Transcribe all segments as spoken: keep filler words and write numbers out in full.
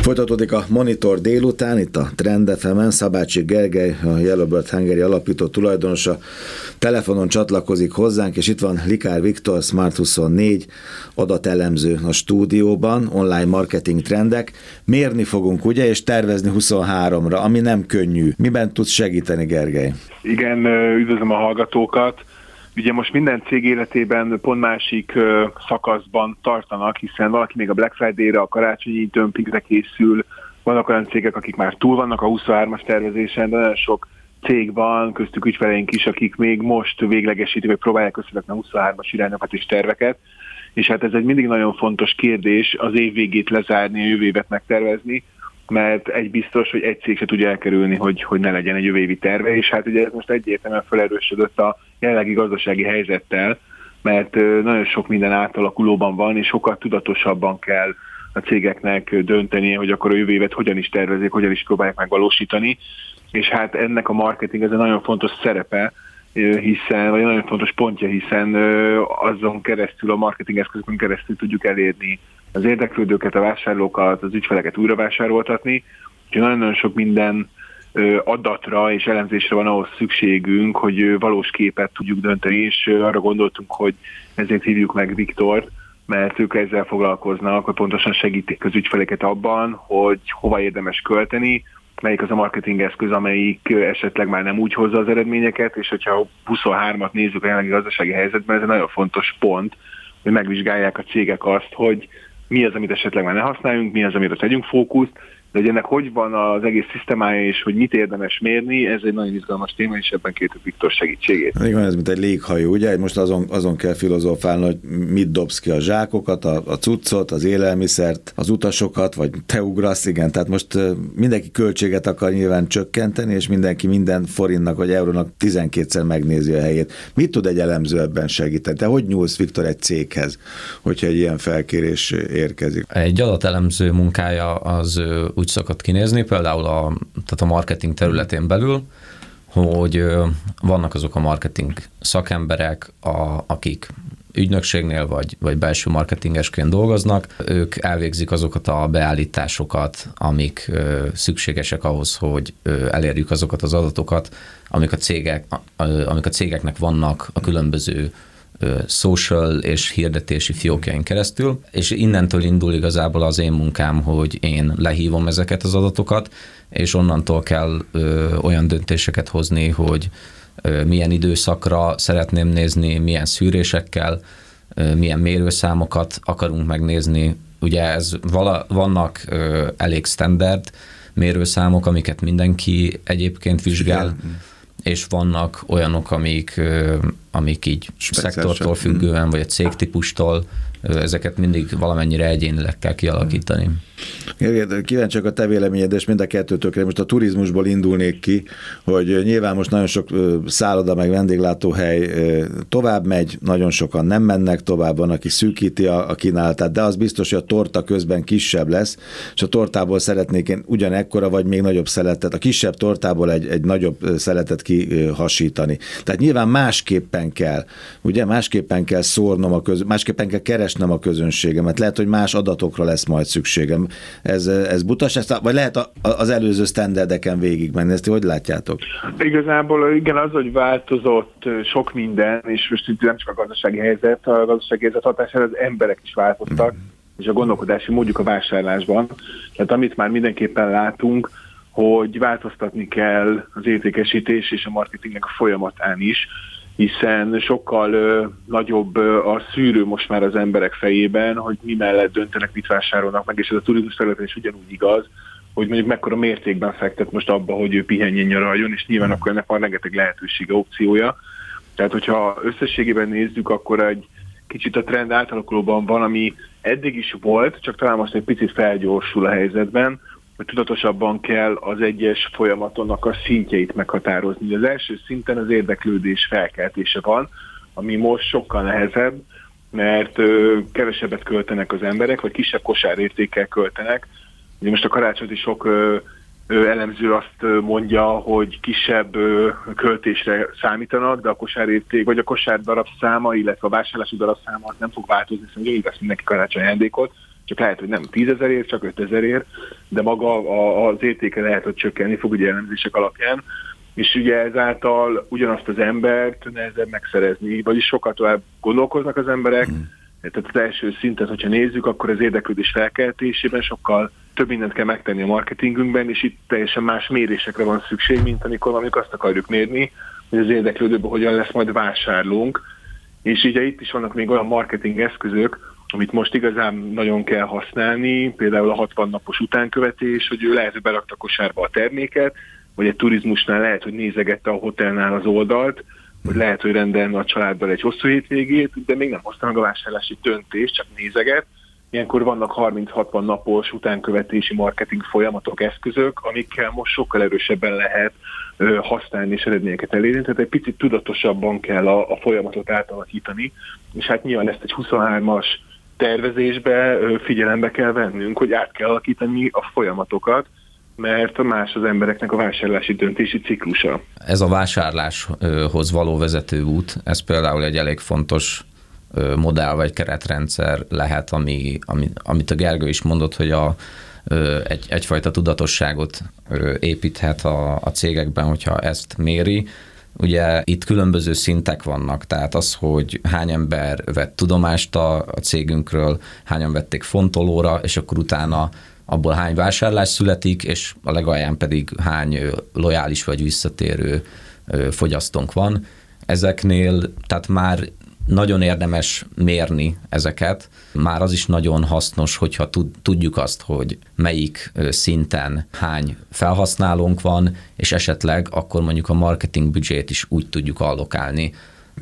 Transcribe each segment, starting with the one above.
Folytatódik a Monitor délután, itt a Trend ef emen. Szabácsi Gergely, a Yellowbird Hungary alapító tulajdonosa telefonon csatlakozik hozzánk, és itt van Likár Viktor, Smart huszonnégy adatelemző a stúdióban, online marketing trendek. Mérni fogunk, ugye, és tervezni huszonháromra, ami nem könnyű. Miben tudsz segíteni, Gergely? Igen, üdvözlöm a hallgatókat. Ugye most minden cég életében pont másik uh, szakaszban tartanak, hiszen valaki még a Black Friday-re, a karácsonyi dömpingre készül, vannak olyan cégek, akik már túl vannak a huszonhármas tervezésen, de nagyon sok cég van, köztük ügyfeleink is, akik még most véglegesítik, vagy próbálják összevetni a huszonhármas irányokat és terveket, és hát ez egy mindig nagyon fontos kérdés, az év végét lezárni, a jövő évet megtervezni, mert egy biztos, hogy egy cég se tudja elkerülni, hogy, hogy ne legyen egy jövő évi terve, és hát ugye ez most egyértelműen felerősödött a jelenlegi gazdasági helyzettel, mert nagyon sok minden átalakulóban van, és sokkal tudatosabban kell a cégeknek döntenie, hogy akkor a jövő évet hogyan is tervezik, hogyan is próbálják megvalósítani, és hát ennek a marketing ez egy nagyon fontos szerepe, hiszen, vagy nagyon fontos pontja, hiszen azon keresztül, a marketing eszközökön keresztül tudjuk elérni az érdeklődőket, a vásárlókat, az ügyfeleket újra vásároltatni. Úgyhogy nagyon-nagyon sok minden adatra és elemzésre van ahhoz szükségünk, hogy valós képet tudjuk dönteni, és arra gondoltunk, hogy ezért hívjuk meg Viktort, mert ők ezzel foglalkoznak, hogy pontosan segítik az ügyfeleket abban, hogy hova érdemes költeni, melyik az a marketing eszköz, amelyik esetleg már nem úgy hozza az eredményeket, és hogyha huszonhármat nézzük a jelenlegi gazdasági helyzetben, ez egy nagyon fontos pont, hogy megvizsgálják a cégek azt, hogy mi az, amit esetleg már ne használjunk, mi az, amire tegyünk fókuszt, de hogy ennek hogy van az egész szisztemája, és hogy mit érdemes mérni, ez egy nagyon izgalmas téma, és ebben kértük Viktor segítségét. Igen, ez mint egy léghajó, ugye? Most azon, azon kell filozofálni, hogy mit dobsz ki a zsákokat, a, a cuccot, az élelmiszert, az utasokat, vagy te ugrasz, igen. Tehát most mindenki költséget akar nyilván csökkenteni, és mindenki minden forintnak vagy eurónak tizenkétszer megnézi a helyét. Mit tud egy elemző ebben segíteni? Te hogy nyúlsz, Viktor, egy céghez, hogyha egy ilyen felkérés érkezik? Egy adatelemző munkája az úgy szokott kinézni, például a, tehát a marketing területén belül, hogy vannak azok a marketing szakemberek, a, akik ügynökségnél vagy, vagy belső marketingesként dolgoznak, ők elvégzik azokat a beállításokat, amik ö, szükségesek ahhoz, hogy ö, elérjük azokat az adatokat, amik a, cégek, ö, amik a cégeknek vannak a különböző social és hirdetési fiókjain keresztül, és innentől indul igazából az én munkám, hogy én lehívom ezeket az adatokat, és onnantól kell ö, olyan döntéseket hozni, hogy ö, milyen időszakra szeretném nézni, milyen szűrésekkel, ö, milyen mérőszámokat akarunk megnézni. Ugye ez vala, vannak ö, elég standard mérőszámok, amiket mindenki egyébként vizsgál, igen. És vannak olyanok, amik, amik így szektortól függően, vagy a cégtípustól, ezeket mindig valamennyire egyénileg kell kialakítani. Kíváncsiak a te véleményed, és mind a kettőtökre. Most a turizmusból indulnék ki, hogy nyilván most nagyon sok szálloda meg vendéglátóhely tovább megy, nagyon sokan nem mennek tovább, van, aki szűkíti a, a kínálatát, de az biztos, hogy a torta közben kisebb lesz, és a tortából szeretnék én ugyanekkora, vagy még nagyobb szeletet, a kisebb tortából egy, egy nagyobb szeletet kihasítani. Tehát nyilván másképpen kell, ugye, másképpen kell szórnom a köz, másképpen kell keresnem a közönségemet. Lehet, hogy más adatokra lesz majd szükségem. Ez, ez butas, ezt, vagy lehet a, az előző standardeken végigmenni, ezt hogy látjátok? Igazából igen, az, hogy változott sok minden, és most itt nem csak a gazdasági helyzet, a gazdasági helyzet hatására az emberek is változtak, mm. és a gondolkodási módjuk a vásárlásban. Tehát amit már mindenképpen látunk, hogy változtatni kell az értékesítés és a marketingnek a folyamatán is, hiszen sokkal ö, nagyobb ö, a szűrő most már az emberek fejében, hogy mi mellett döntenek, mit vásárolnak meg, és ez a turizmus területen is ugyanúgy igaz, hogy mondjuk mekkora mértékben fektet most abba, hogy ő pihenjen, nyaraljon, és nyilván akkor ennek van rengeteg lehetősége, opciója. Tehát, hogyha összességében nézzük, akkor egy kicsit a trend átalakulóban van, ami eddig is volt, csak talán most egy picit felgyorsul a helyzetben, hogy tudatosabban kell az egyes folyamatonnak a szintjeit meghatározni. Az első szinten az érdeklődés felkeltése van, ami most sokkal nehezebb, mert ö, kevesebbet költenek az emberek, vagy kisebb kosárértékkel költenek. Ugye most a karácsonyt is sok ö, ö, elemző azt mondja, hogy kisebb ö, költésre számítanak, de a kosárérték, vagy a kosár darab száma, illetve a vásárlási darab száma az nem fog változni, hiszen ugyanúgy vesz mindenki karácsony ajándékot, csak lehet, hogy nem tízezerért, csak ötezerért, de maga az értéke lehet, hogy csökkenni fog ugye elemzések alapján, és ugye ezáltal ugyanazt az embert nehezebb megszerezni, vagyis sokkal tovább gondolkoznak az emberek, mm. tehát az első szintet, hogyha nézzük, akkor az érdeklődés felkeltésében sokkal több mindent kell megtenni a marketingünkben, és itt teljesen más mérésekre van szükség, mint amikor valamikor azt akarjuk mérni, hogy az érdeklődőben hogyan lesz majd vásárlónk, és ugye itt is vannak még olyan marketing eszközök, amit most igazán nagyon kell használni, például a hatvan napos utánkövetés, hogy ő lehet, hogy berakta kosárba a terméket, vagy egy turizmusnál lehet, hogy nézegette a hotelnál az oldalt, vagy lehet, hogy rendelne a családdal egy hosszú hétvégét, de még nem hozta meg a vásárlási döntést, csak nézeget. Ilyenkor vannak harminc-hatvan napos utánkövetési marketing folyamatok, eszközök, amikkel most sokkal erősebben lehet ö, használni és eredményeket elérni. Tehát egy picit tudatosabban kell a, a folyamatot átalakítani, és hát nyilván ezt egy huszonhármas tervezésbe ö, figyelembe kell vennünk, hogy át kell alakítani a folyamatokat, mert más az embereknek a vásárlási döntési ciklusa. Ez a vásárláshoz való vezetőút, ez például egy elég fontos modell vagy keretrendszer lehet, ami, ami, amit a Gergő is mondott, hogy a, egy, egyfajta tudatosságot építhet a, a cégekben, hogyha ezt méri. Ugye itt különböző szintek vannak, tehát az, hogy hány ember vett tudomást a, a cégünkről, hányan vették fontolóra, és akkor utána abból hány vásárlás születik, és a legalján pedig hány lojális vagy visszatérő fogyasztónk van. Ezeknél, tehát már nagyon érdemes mérni ezeket. Már az is nagyon hasznos, hogyha tudjuk azt, hogy melyik szinten hány felhasználónk van, és esetleg akkor mondjuk a marketing büdzsét is úgy tudjuk allokálni,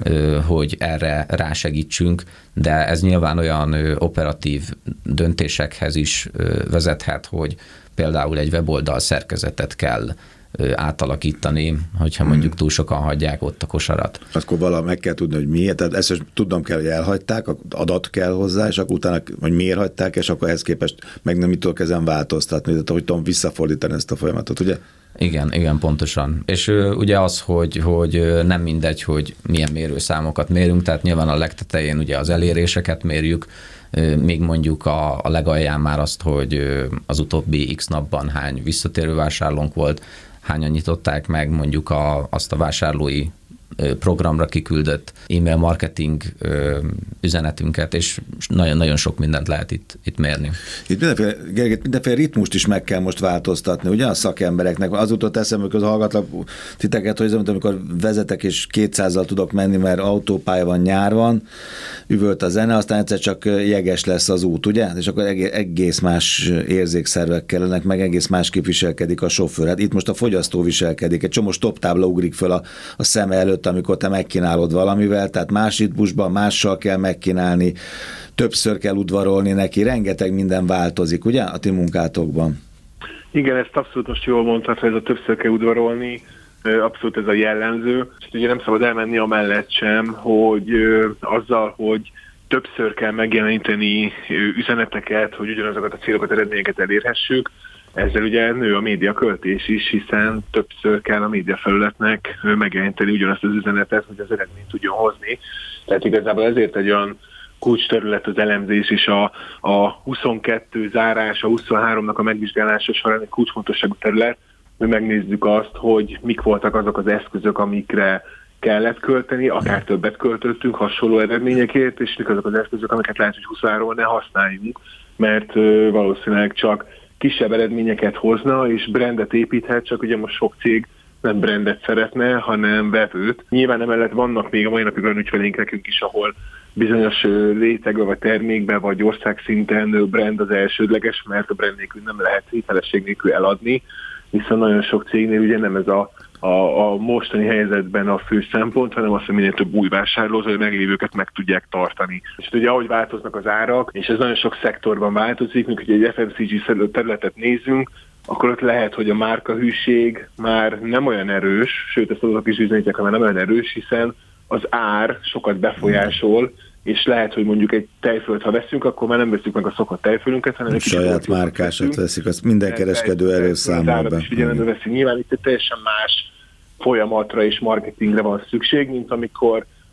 hogy erre rásegítsünk, de ez nyilván olyan operatív döntésekhez is vezethet, hogy például egy weboldal szerkezetet kell átalakítani, hogyha mondjuk túl sokan hagyják ott a kosarat. Akkor valahogy meg kell tudni, hogy miért, tehát ezt is tudnom kell, hogy elhagyták, adat kell hozzá, és akkor utána, hogy miért hagyták, és akkor ehhez képest meg nem mit tudok ezen változtatni, tehát hogy tudom visszafordítani ezt a folyamatot, ugye? Igen, igen, pontosan. És uh, ugye az, hogy, hogy uh, nem mindegy, hogy milyen mérőszámokat mérünk, tehát nyilván a legtetején ugye az eléréseket mérjük, uh, még mondjuk a, a legalján már azt, hogy uh, az utóbbi x napban hány visszatérő vásárlónk volt, hányan nyitották meg mondjuk a, azt a vásárlói programra kiküldött e-mail marketing üzenetünket, és nagyon-nagyon sok mindent lehet itt, itt mérni. Itt mindenféle, Gergét, mindenféle ritmust is meg kell most változtatni, ugye a szakembereknek. Az jutott eszembe, hogy hallgatlak titeket, hogy ez, amikor vezetek és kétszázzal tudok menni, mert autópálya van, nyár van, üvölt a zene, aztán egyszer csak jeges lesz az út, ugye? És akkor egész más érzékszervek kellenek, meg egész másképp viselkedik a sofőr. Hát itt most a fogyasztó viselkedik, egy csomó stop tábla ugrik föl a, a szeme előtt, amikor te megkínálod valamivel, tehát más ritmusban, mással kell megkínálni, többször kell udvarolni neki, rengeteg minden változik, ugye, a ti munkátokban? Igen, ezt abszolút most jól mondtad, hogy ez a többször kell udvarolni, abszolút ez a jellemző, és ugye nem szabad elmenni amellett sem, hogy azzal, hogy többször kell megjeleníteni üzeneteket, hogy ugyanazokat a célokat, eredményeket elérhessük, ezzel ugye nő a médiaköltés is, hiszen többször kell a médiafelületnek megjelenteni ugyanazt az üzenetet, hogy az eredményt tudjon hozni. Tehát igazából ezért egy olyan kulcsterület az elemzés és a, a huszonkettő zárás, a huszonháromnak a megvizsgálása során egy kulcsfontosságú terület, hogy megnézzük azt, hogy mik voltak azok az eszközök, amikre kellett költeni, akár többet költöttünk hasonló eredményekért, és mik azok az eszközök, amiket lehet, hogy huszonháromban ne használjunk, mert valószínűleg csak kisebb eredményeket hozna, és brandet építhet, csak ugye most sok cég nem brandet szeretne, hanem vevőt. Nyilván emellett vannak még a mai napig olyan ügyfeleink nekünk is, ahol bizonyos rétegbe, vagy termékbe, vagy országszinten brand az elsődleges, mert a brand nélkül nem lehet hitelesség nélkül eladni, hiszen nagyon sok cégnél ugye nem ez a, a, a mostani helyzetben a fő szempont, hanem az, hogy minél több új vásárlót, hogy meglévőket meg tudják tartani. És ugye ahogy változnak az árak, és ez nagyon sok szektorban változik, mint hogy egy ef em cé gé területet nézzünk, akkor ott lehet, hogy a márkahűség már nem olyan erős, sőt ezt azok is bizonyítják, hogy már nem olyan erős, hiszen az ár sokat befolyásol, és lehet, hogy mondjuk egy tejfölt, ha veszünk, akkor már nem veszünk meg a szokott tejfölünket, hanem egy saját márkásat veszik, azt minden kereskedő erős számol be. Nyilván itt egy teljesen más folyamatra és marketingre van szükség, mint amikor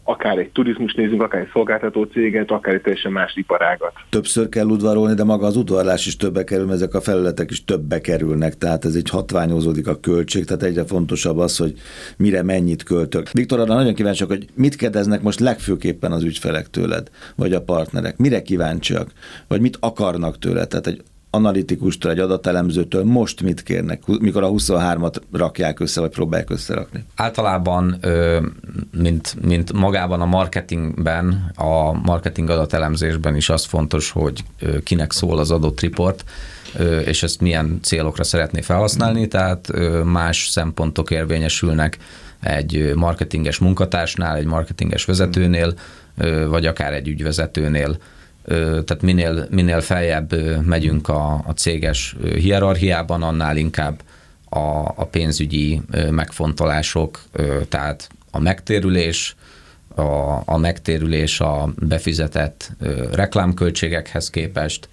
akár egy turizmus nézünk, akár egy szolgáltató céget, akár egy teljesen más iparágat. Többször kell udvarolni, de maga az udvarlás is többe kerül, mert ezek a felületek is többe kerülnek, tehát ez így hatványozódik a költség, tehát egyre fontosabb az, hogy mire mennyit költök. Viktor, arra nagyon kíváncsiak, hogy mit kérdeznek most legfőképpen az ügyfelek tőled, vagy a partnerek, mire kíváncsiak, vagy mit akarnak tőled, tehát egy analitikustól, egy adatelemzőtől most mit kérnek, mikor a huszonhármat rakják össze, vagy próbálják összerakni? Általában, mint, mint magában a marketingben, a marketing adatelemzésben is az fontos, hogy kinek szól az adott report, és ezt milyen célokra szeretné felhasználni, tehát más szempontok érvényesülnek egy marketinges munkatársnál, egy marketinges vezetőnél, vagy akár egy ügyvezetőnél. Tehát minél, minél feljebb megyünk a, a céges hierarchiában, annál inkább a, a pénzügyi megfontolások, tehát a megtérülés, a, a megtérülés a befizetett reklámköltségekhez képest,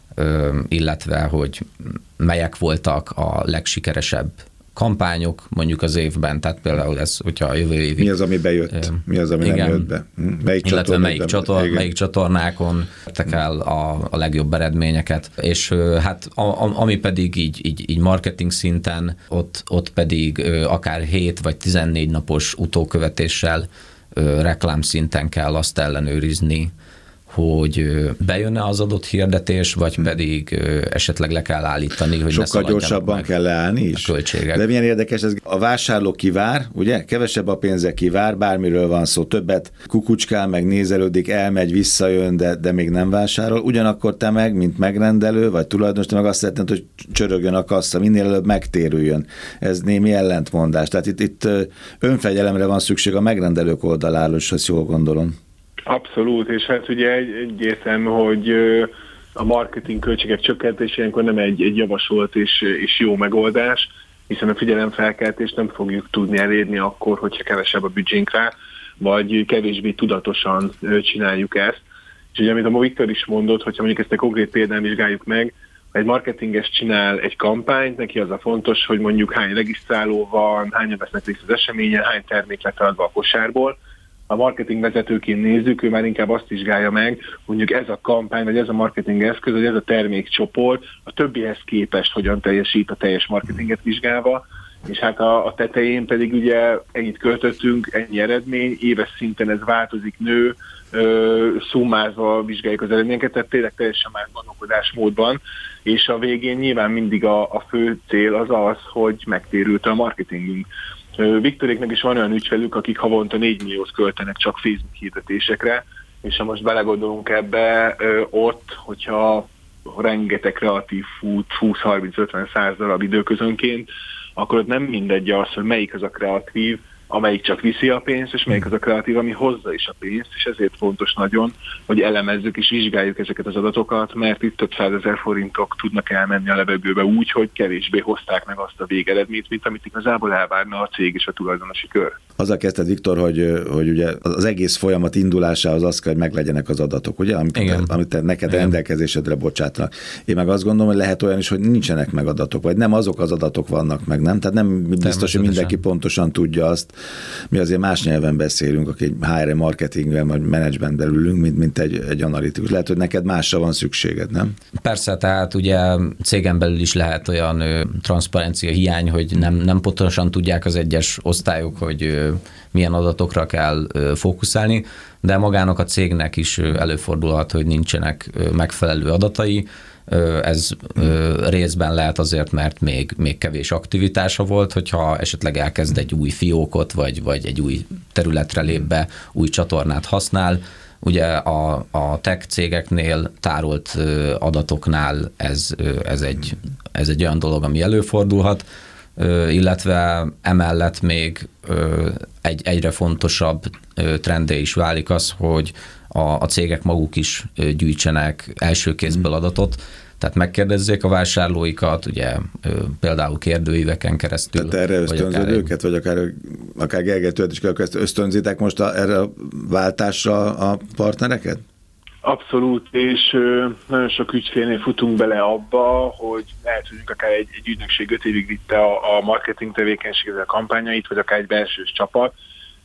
illetve hogy melyek voltak a legsikeresebb kampányok mondjuk az évben, tehát például ez, hogyha a jövő évig... Mi az, ami bejött? Mi az, ami igen, nem jött be? Melyik illetve melyik, csator, melyik csatornákon tettek el a, a legjobb eredményeket, és hát a, a, ami pedig így, így, így marketing szinten, ott, ott pedig akár hét vagy tizennégy napos utókövetéssel reklám szinten kell azt ellenőrizni, hogy bejönne az adott hirdetés, vagy pedig esetleg le kell állítani, hogy sokkal gyorsabban kell leállni is. De milyen érdekes, ez a vásárló kivár, ugye? Kevesebb a pénze kivár, bármiről van szó, többet kukucskál, meg nézelődik, elmegy, visszajön, de, de még nem vásárol. Ugyanakkor te meg, mint megrendelő, vagy tulajdonos, te meg azt szeretnéd, hogy csörögjön a kassa, minél előbb megtérüljön. Ez némi ellentmondás. Tehát itt, itt önfegyelemre van szükség a megrendelők oldaláról, és ezt jól gondolom. Abszolút, és hát ugye egy, egyértelmű, hogy a marketing költségek csökkentése ilyenkor nem egy, egy javasolt és, és jó megoldás, hiszen a figyelemfelkeltést nem fogjuk tudni elérni akkor, hogyha kevesebb a büdzsénk rá, vagy kevésbé tudatosan csináljuk ezt. És ugye, amit a Viktor is mondott, hogyha mondjuk ezt a konkrét példán vizsgáljuk meg, ha egy marketinges csinál egy kampányt, neki az a fontos, hogy mondjuk hány regisztráló van, hányan vesznek részt az eseményen, hány termék lett eladva a kosárból. A marketing vezetőként nézzük, ő már inkább azt vizsgálja meg, mondjuk ez a kampány, vagy ez a marketing eszköz, vagy ez a termékcsoport a többihez képest hogyan teljesít a teljes marketinget vizsgálva, és hát a, a tetején pedig ugye ennyit költöttünk, ennyi eredmény, éves szinten ez változik, nő, ö, szummázva vizsgáljuk az eredményeket, tehát tényleg teljesen más gondolkodásmódban, és a végén nyilván mindig a, a fő cél az az, hogy megtérült a marketingünk. Viktoréknak is van olyan ügyfelük, akik havonta négy milliót költenek csak Facebook hirdetésekre, és ha most belegondolunk ebbe, ott, hogyha rengeteg kreatív fut, húsz-harminc-ötven-száz darab időközönként, akkor ott nem mindegy az, hogy melyik az a kreatív, amelyik csak viszi a pénzt, és melyik az a kreatív, ami hozza is a pénzt, és ezért fontos nagyon, hogy elemezzük és vizsgáljuk ezeket az adatokat, mert itt több százezer forintok tudnak elmenni a levegőbe úgy, hogy kevésbé hozták meg azt a végeredményt, mint amit igazából elvárna a cég és a tulajdonosi kör. Azzal kezdted, Viktor, hogy, hogy ugye az egész folyamat indulásához az kell, hogy meglegyenek az adatok, ugye, amit, te, amit te neked Igen. rendelkezésedre bocsátanak. Én meg azt gondolom, hogy lehet olyan is, hogy nincsenek meg adatok, vagy nem azok az adatok vannak meg, nem? Tehát nem biztos, hogy mindenki pontosan tudja azt. Mi azért más nyelven beszélünk, aki há er marketingben vagy menedzsmentben ülünk, mint, mint egy, egy analitikus. Lehet, hogy neked másra van szükséged, nem? Persze, tehát ugye cégen belül is lehet olyan ö, transzparencia hiány, hogy nem, nem pontosan tudják az egyes osztályok, hogy ö, milyen adatokra kell ö, fókuszálni, de magának a cégnek is ö, előfordulhat, hogy nincsenek ö, megfelelő adatai. Ez részben lehet azért, mert még, még kevés aktivitása volt, hogyha esetleg elkezd egy új fiókot, vagy, vagy egy új területre lép be, új csatornát használ. Ugye a, a tech cégeknél tárolt adatoknál ez, ez, egy, ez egy olyan dolog, ami előfordulhat, illetve emellett még egy, egyre fontosabb trendé is válik az, hogy a, a cégek maguk is gyűjtsenek első kézből adatot, tehát megkérdezzék a vásárlóikat, ugye például kérdőíveken keresztül. Tehát erre ösztönzöd akár... őket, vagy akár, akár Gergely tőled is kell, ezt ösztönzitek most a, erre a váltásra a partnereket? Abszolút, és nagyon sok ügyfélnél futunk bele abba, hogy lehet, hogy akár egy, egy ügynökség öt évig vitte a, a marketing tevékenységet, a kampányait, vagy akár egy belsős csapat,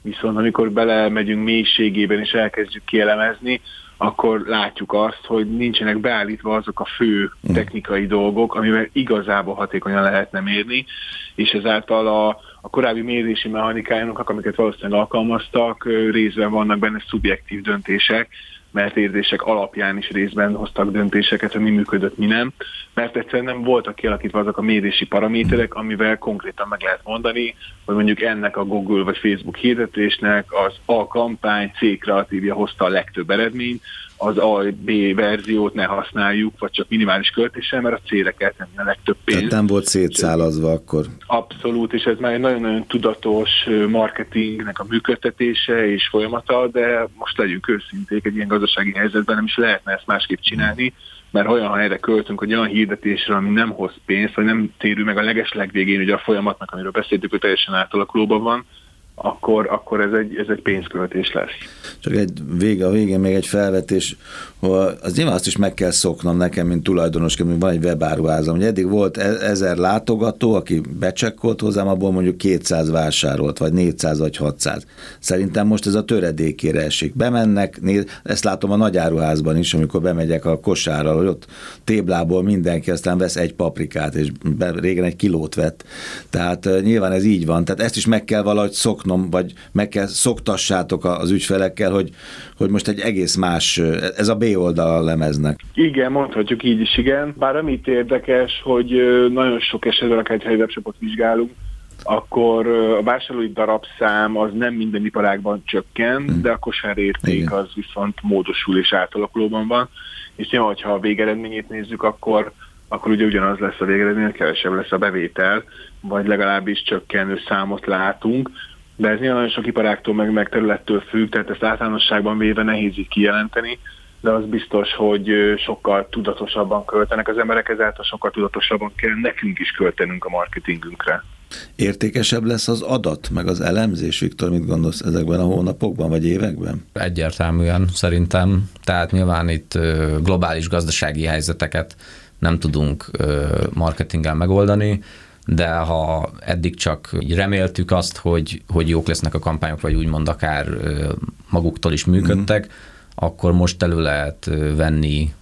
viszont amikor belemegyünk mélységében és elkezdjük kielemezni, akkor látjuk azt, hogy nincsenek beállítva azok a fő technikai dolgok, amivel igazából hatékonyan lehetne mérni, és ezáltal a, a korábbi mérési mechanikájának, amiket valószínűleg alkalmaztak, részben vannak benne szubjektív döntések, mert érzések alapján is részben hoztak döntéseket, hogy mi működött, mi nem, mert egyszerűen nem voltak kialakítva azok a mérési paraméterek, amivel konkrétan meg lehet mondani, hogy mondjuk ennek a Google vagy Facebook hirdetésnek az A kampány C kreatívja hozta a legtöbb eredményt, az A, B verziót ne használjuk, vagy csak minimális költéssel, mert a C-re kell tenni a legtöbb pénzt. Tehát nem volt szétszálazva akkor. Abszolút, és ez már egy nagyon-nagyon tudatos marketingnek a működtetése és folyamata, de most legyünk őszinték, egy ilyen gazdasági helyzetben nem is lehetne ezt másképp csinálni, mert olyan helyre költünk, hogy olyan hirdetésre, ami nem hoz pénzt, vagy nem térül meg a legeslegvégén, ugye a folyamatnak, amiről beszéltük, hogy teljesen átalakulóban van, akkor, akkor ez, egy, ez egy pénzköltés lesz. Csak egy vége, a végén még egy felvetés, hogy az nyilván azt is meg kell szoknom nekem, mint tulajdonosként, hogy van egy webáruházam, hogy eddig volt ezer látogató, aki becsekkolt hozzám, abból mondjuk kétszáz vásárolt, vagy négyszáz, vagy hatszáz. Szerintem most ez a töredékére esik. Bemennek, néz, ezt látom a nagyáruházban is, amikor bemegyek a kosárral, hogy ott téblából mindenki aztán vesz egy paprikát, és be, régen egy kilót vett. Tehát uh, nyilván ez így van. Tehát ezt is meg kell valahogy szoknom, vagy meg kell szoktassátok az ügyfelekkel, hogy, hogy most egy egész más, ez a B oldal a lemeznek. Igen, mondhatjuk így is, igen. Bár amit érdekes, hogy nagyon sok esetben, akár egy webshopot vizsgálunk, akkor a vásárlói darabszám az nem minden iparágban csökken, hmm. de a kosárérték igen. az viszont módosul és átalakulóban van. És nyilván, ha a végeredményét nézzük, akkor, akkor ugye ugyanaz lesz a végeredmény, kevesebb lesz a bevétel, vagy legalábbis csökkenő számot látunk. De ez nyilván nagyon sok iparágtól meg, meg területtől függ, tehát ezt általánosságban véve nehéz így kijelenteni, de az biztos, hogy sokkal tudatosabban költenek az emberek, ezáltal sokkal tudatosabban kell nekünk is költenünk a marketingünkre. Értékesebb lesz az adat, meg az elemzés, Viktor, mit gondolsz ezekben a hónapokban, vagy években? Egyértelműen szerintem, tehát nyilván itt globális gazdasági helyzeteket nem tudunk marketinggel megoldani, de ha eddig csak reméltük azt, hogy, hogy jók lesznek a kampányok, vagy úgymond akár maguktól is működtek, mm. akkor most elő lehet venni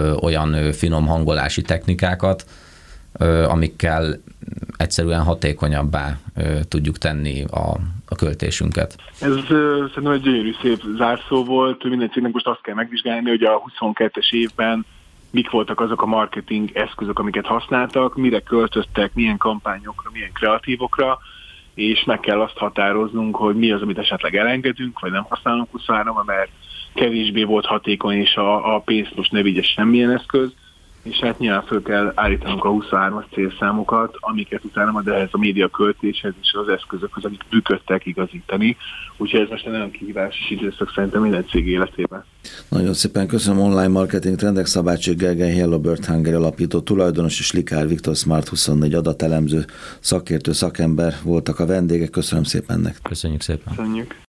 olyan finom hangolási technikákat, amikkel egyszerűen hatékonyabbá tudjuk tenni a, a költésünket. Ez szerintem egy gyönyörű szép zárszó volt. Minden cégnek most azt kell megvizsgálni, hogy a huszonkettes évben mik voltak azok a marketing eszközök, amiket használtak, mire költöztek, milyen kampányokra, milyen kreatívokra, és meg kell azt határoznunk, hogy mi az, amit esetleg elengedünk, vagy nem használunk huszonháromra, mert kevésbé volt hatékony, és a, a pénzt most ne vigye semmilyen eszköz, és hát nyilván föl kell állítanunk a huszonhármas célszámokat, amiket utána majd ehhez a média költéshez és az eszközökhöz, amik működtek, igazítani. Úgyhogy ez most egy nagyon kihívásos időszak szerintem minden cég életében. Nagyon szépen köszönöm. Online marketing trendek, Szabácsik Gergely, Yellowbird Hungary alapító tulajdonos, és Likár Viktor, Smart huszonnégy adatelemző szakértő, szakember voltak a vendégek. Köszönöm szépen nektek. Köszönjük szépen. Köszönjük.